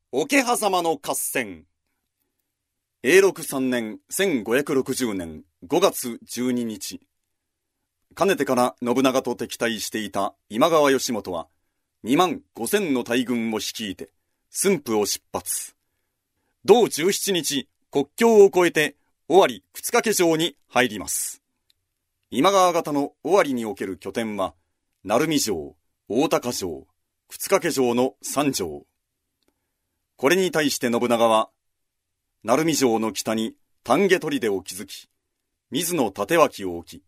桶狭間の合戦。永禄3年1560年5月12日。かねてから信長と敵対していた今川義元は2万5千の大軍を率いて駿府を出発。同17日、国境を越えて尾張沓掛城に入ります。今川方の尾張における拠点は鳴海城、大高城、沓掛城の3城。これに対して信長は鳴海城の北に丹下砦を築き、水の立脇を置き、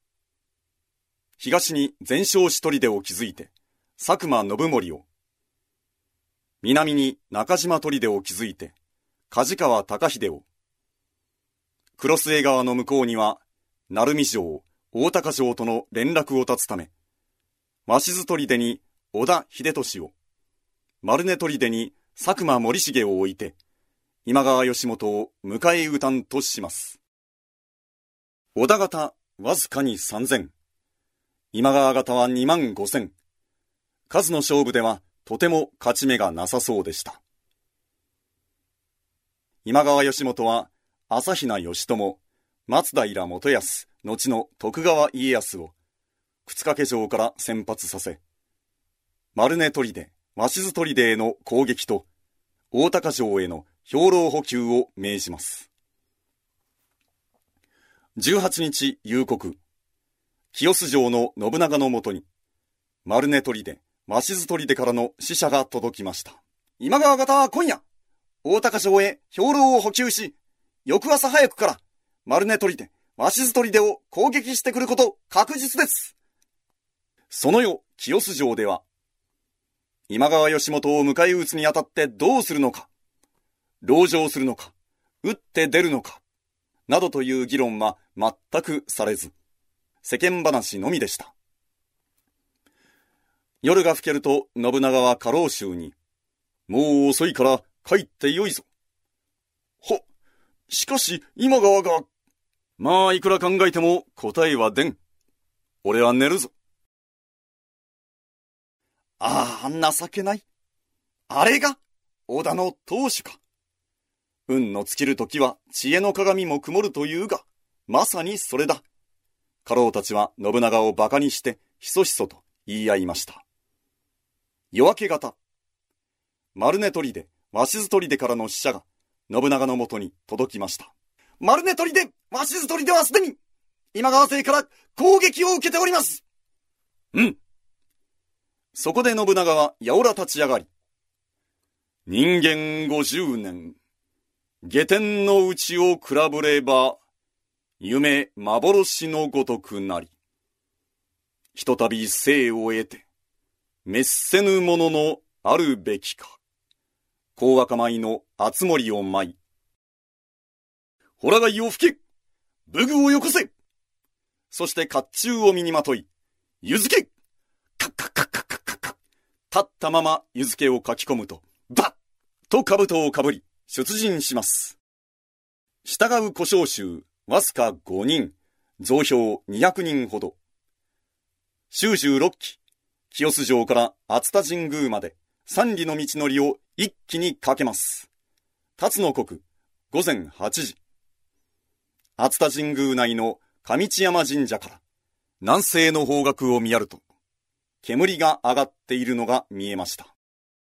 東に全勝子砦を築いて佐久間信盛を、南に中島砦を築いて梶川高秀を、黒須川の向こうには鳴海城、大高城との連絡を断つため、鷲津砦に織田秀俊を、丸根砦に佐久間盛重を置いて、今川義元を迎え撃たんとします。織田方わずかに3000、今川方は2万5000。数の勝負ではとても勝ち目がなさそうでした。今川義元は朝比奈義朝、松平元康、後の徳川家康を沓掛城から先発させ、丸根砦、鷲津砦への攻撃と大高城への兵糧補給を命じます。18日夕刻、清洲城の信長のもとに丸根砦、鷲津砦からの使者が届きました。今川方は今夜大高城へ兵糧を補給し、翌朝早くから丸根砦、鷲津砦を攻撃してくること確実です。その夜、清洲城では今川義元を迎え撃つにあたってどうするのか、籠城するのか、撃って出るのか、などという議論は全くされず、世間話のみでした。夜が更けると信長は家老衆に、もう遅いから帰ってよいぞ。しかし今川が、まあいくら考えても答えは出ん。俺は寝るぞ。ああ、情けない。あれが織田の当主か。運の尽きる時は知恵の鏡も曇るというが、まさにそれだ。家老たちは信長を馬鹿にしてひそひそと言い合いました。夜明け方、丸根砦、鷲津砦からの使者が信長のもとに届きました。丸根砦、鷲津砦はすでに今川勢から攻撃を受けております。そこで信長はやおら立ち上がり、人間50年、下天の内を比べれば、夢幻のごとくなり、ひとたび生を得て、滅せぬもののあるべきか、高若舞の厚森を舞い、ほら貝を吹け、武具をよこせ、そして甲冑を身にまとい、湯漬け、立ったまま湯漬けを書き込むと、バッと兜をかぶり、出陣します。従う小将衆、わずか5人、増兵200人ほど。修十6騎、清洲城から熱田神宮まで、3里の道のりを一気にかけます。辰の刻、午前8時。熱田神宮内の上地山神社から、南西の方角を見やると、煙が上がっているのが見えました。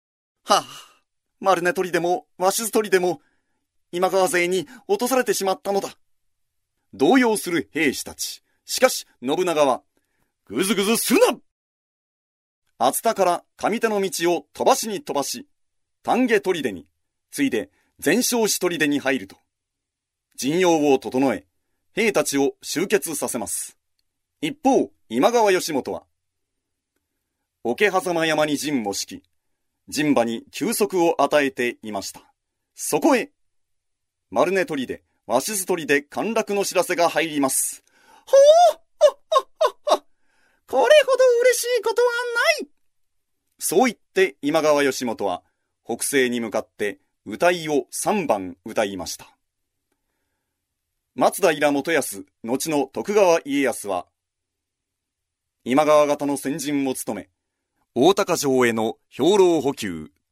丸根砦でも鷲津砦でも今川勢に落とされてしまったのだ。動揺する兵士たち。しかし信長は、ぐずぐずするな！熱田から上手の道を飛ばしに飛ばし、丹下砦に、ついで全勝子砦に入ると、陣容を整え、兵たちを集結させます。一方、今川義元は、桶狭間山に陣を敷き、陣馬に休息を与えていました。そこへ、丸根砦、鷲津砦陥落の知らせが入ります。これほど嬉しいことはない。そう言って今川義元は、北西に向かって歌いを3番歌いました。松平元康、後の徳川家康は、今川方の先陣を務め、大高城への兵糧補給、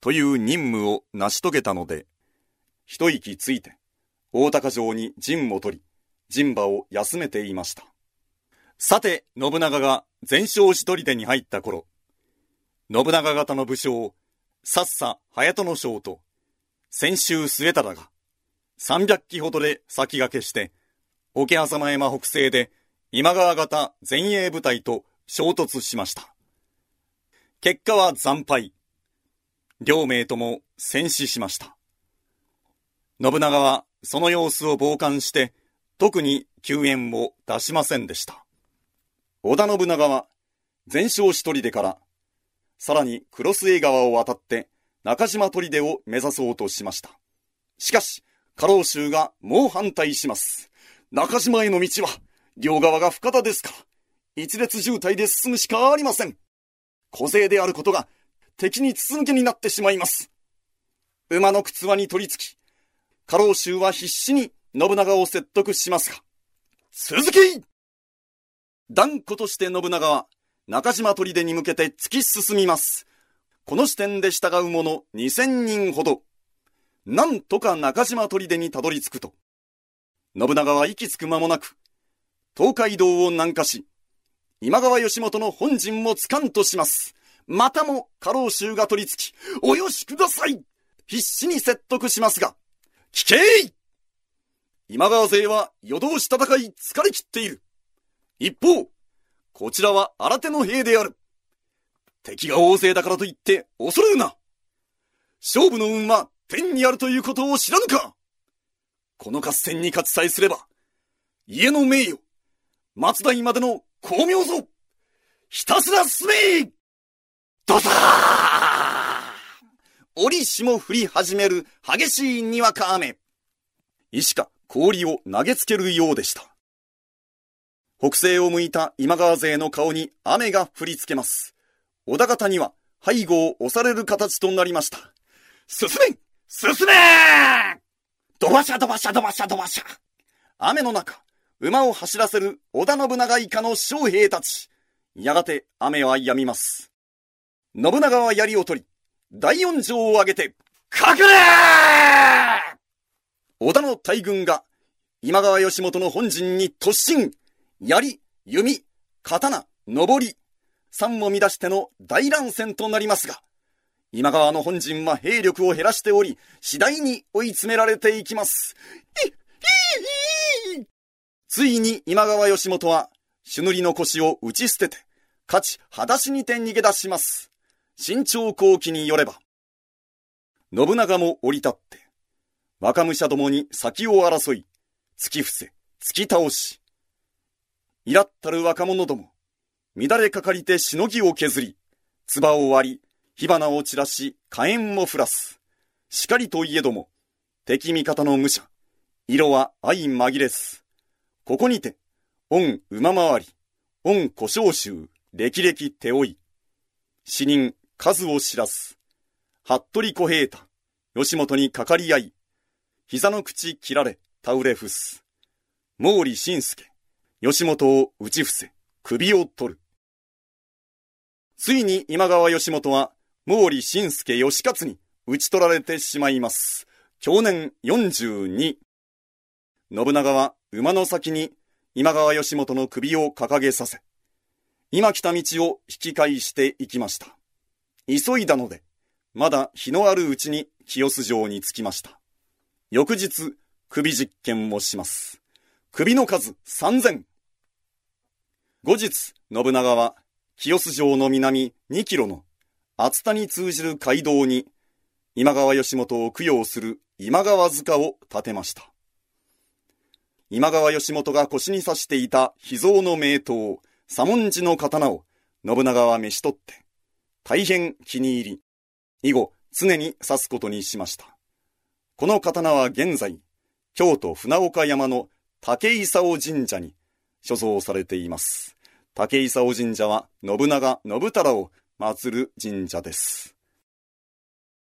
という任務を成し遂げたので、一息ついて大高城に陣を取り、陣馬を休めていました。さて、信長が全勝し砦に入った頃、信長方の武将、さっさ隼人将と千秋末忠が300騎ほどで先駆けして、桶狭間山北西で今川方前衛部隊と衝突しました。結果は惨敗。両名とも戦死しました。信長はその様子を傍観して、特に救援を出しませんでした。織田信長は全勝し砦からさらに黒須川を渡って中島砦を目指そうとしました。しかし家老衆が猛反対します。中島への道は両側が深田ですから、一列渋滞で進むしかありません。小勢であることが敵に筒抜けになってしまいます。馬の靴輪に取り付き、家老衆は必死に信長を説得しますが、続き断固として信長は中島砦に向けて突き進みます。この視点で従う者2000人ほど。なんとか中島砦にたどり着くと、信長は息つく間もなく東海道を南下し、今川義元の本陣をつかんとします。またも家老衆が取り付き、およしください、必死に説得しますが、聞けい、今川勢は夜通し戦い疲れ切っている。一方こちらは新手の兵である。敵が大勢だからといって恐れるな。勝負の運は天にあるということを知らぬか。この合戦に勝ちさえすれば、家の名誉、松代までの光明ぞ、ひたすら進め。ドサー。折しも降り始める激しいにわか雨。石か氷を投げつけるようでした。北西を向いた今川勢の顔に雨が降りつけます。織田方には背後を押される形となりました。進め進め。ドバシャドバシャドバシャドバシャ。雨の中、馬を走らせる織田信長以下の将兵たち。やがて雨は止みます。信長は槍を取り、大音上を上げて、隠れ。織田の大軍が今川義元の本陣に突進。槍、弓、刀、登り、三を乱しての大乱戦となりますが、今川の本陣は兵力を減らしており、次第に追い詰められていきます。ついに今川義元は朱塗りの腰を打ち捨てて、勝ち裸足にて逃げ出します。新潮後期によれば、信長も降り立って、若武者どもに先を争い、突き伏せ、突き倒し、いらったる若者ども、乱れかかりてしのぎを削り、唾を割り、火花を散らし、火炎を降らす。しかりといえども、敵味方の武者、色は相紛れす。ここにて、御馬回り、御小姓衆、歴々手負い。死人、数を知らす。服部小平太、義元にかかり合い、膝の口切られ、倒れ伏す。毛利信介、義元を打ち伏せ、首を取る。ついに今川義元は、毛利信介義勝に討ち取られてしまいます。享年42。信長は馬の先に今川義元の首を掲げさせ、今来た道を引き返していきました。急いだので、まだ日のあるうちに清洲城に着きました。翌日、首実験をします。首の数3000。後日、信長は清洲城の南2キロの熱田に通じる街道に今川義元を供養する今川塚を建てました。今川義元が腰に刺していた秘蔵の名刀、左文字の刀を信長は召し取って、大変気に入り、以後常に刺すことにしました。この刀は現在、京都船岡山の武勲神社に所蔵されています。武勲神社は信長、信忠を祀る神社です。